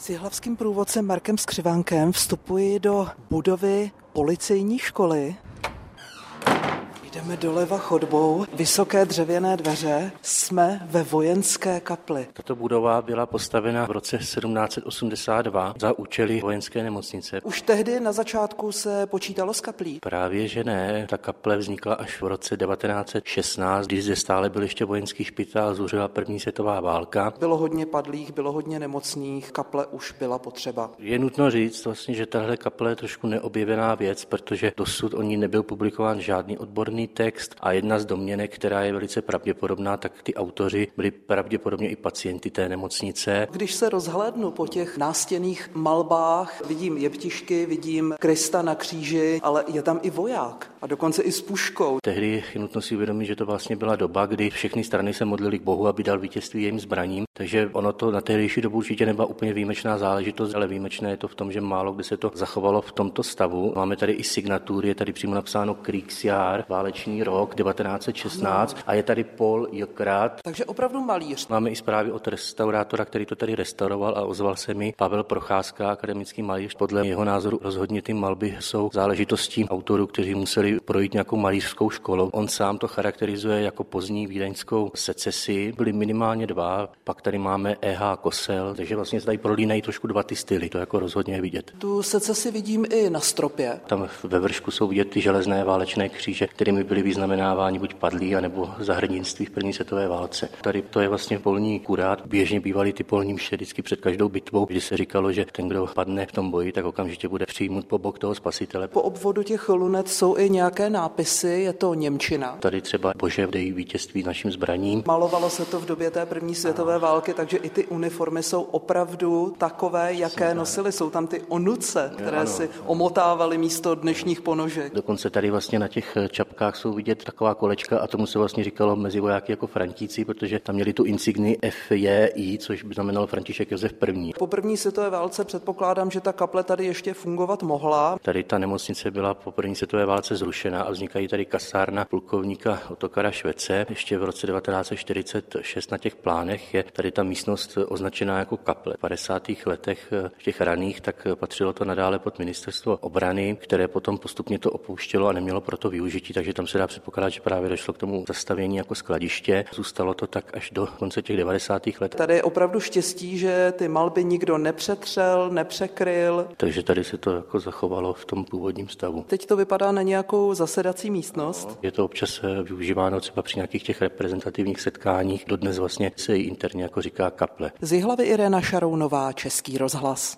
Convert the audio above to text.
S jihlavským průvodcem Markem Skřivánkem vstupuji do budovy policejní školy. Jdeme doleva chodbou, vysoké dřevěné dveře, jsme ve vojenské kapli. Tato budova byla postavena v roce 1782 za účely vojenské nemocnice. Už tehdy na začátku se počítalo s kaplí? Právě že ne, ta kaple vznikla až v roce 1916, kdy zde stále byl ještě vojenský špitál, zuřila první světová válka. Bylo hodně padlých, bylo hodně nemocných, kaple už byla potřeba. Je nutno říct vlastně, že tahle kaple je trošku neobjevená věc, protože dosud o ní nebyl publikován žádný odborný text a jedna z domněnek, která je velice pravděpodobná, tak ty autoři byli pravděpodobně i pacienty té nemocnice. Když se rozhlédnu po těch nástěnných malbách, vidím jeptišky, vidím Krista na kříži, ale je tam i voják a dokonce i s puškou. Tehdy je nutno si uvědomit, že to vlastně byla doba, kdy všechny strany se modlily k Bohu, aby dal vítězství jejím zbraním, takže ono to na tehdejší dobu určitě nebyla úplně výjimečná záležitost, ale výjimečné je to v tom, že málo kde se to zachovalo v tomto stavu. Máme tady i signatury, je tady přímo napsáno Kriegsjahr, válečný rok 1916 a je tady Paul Jokrat. Takže opravdu malíř. Máme i zprávy od restaurátora, který to tady restauroval a ozval se mi Pavel Procházka, akademický malíř. Podle jeho názoru rozhodně ty malby jsou záležitostí autorů, kteří museli projít nějakou malířskou školou. On sám to charakterizuje jako pozdní vídeňskou secesi. Byly minimálně dva, pak tady máme E.H. Kosel, takže vlastně se tady prolínají trošku dva ty styly, to jako rozhodně je vidět. Tu secesi vidím i na stropě. Tam ve vršku jsou vidět ty železné válečné kříže, kterými byly vyznamenáváni buď padlí, anebo za hrdinství v první světové válce. Tady to je vlastně polní kurát. Běžně bývaly ty polní mše vždycky před každou bitvou, kdy se říkalo, že ten, kdo padne v tom boji, tak okamžitě bude přijmut po bok toho spasitele. Po obvodu těch lunet jsou i nějaké nápisy, je to němčina. Tady třeba Bože dej vítězství našim zbraním. Malovalo se to v době té první světové války, takže i ty uniformy jsou opravdu takové, jaké nosily. Jsou tam ty onuce, které si omotávaly místo dnešních ponožek. Dokonce tady vlastně na těch čapkách jsou vidět taková kolečka a tomu se vlastně říkalo mezi vojáky jako Frantíci, protože tam měli tu insigni FJI, což by znamenalo František Josef I. Po první světové válce předpokládám, že ta kaple tady ještě fungovat mohla. Tady ta nemocnice byla po první světové válce zrušena a vznikají tady kasárna plukovníka Otokara Švece. Ještě v roce 1946 na těch plánech je tady ta místnost označená jako kaple. V 50. letech v těch raných tak patřilo to nadále pod ministerstvo obrany, které potom postupně to opouštělo a nemělo proto využití, takže tam se dá předpokládat, že právě došlo k tomu zastavění jako skladiště. Zůstalo to tak až do konce těch 90. let. Tady je opravdu štěstí, že ty malby nikdo nepřetřel, nepřekryl. Takže tady se to jako zachovalo v tom původním stavu. Teď to vypadá na nějakou zasedací místnost. Je to občas využíváno třeba při nějakých těch reprezentativních setkáních. Dodnes vlastně se jí interně jako říká kaple. Z Jihlavy Irena Šarounová, Český rozhlas.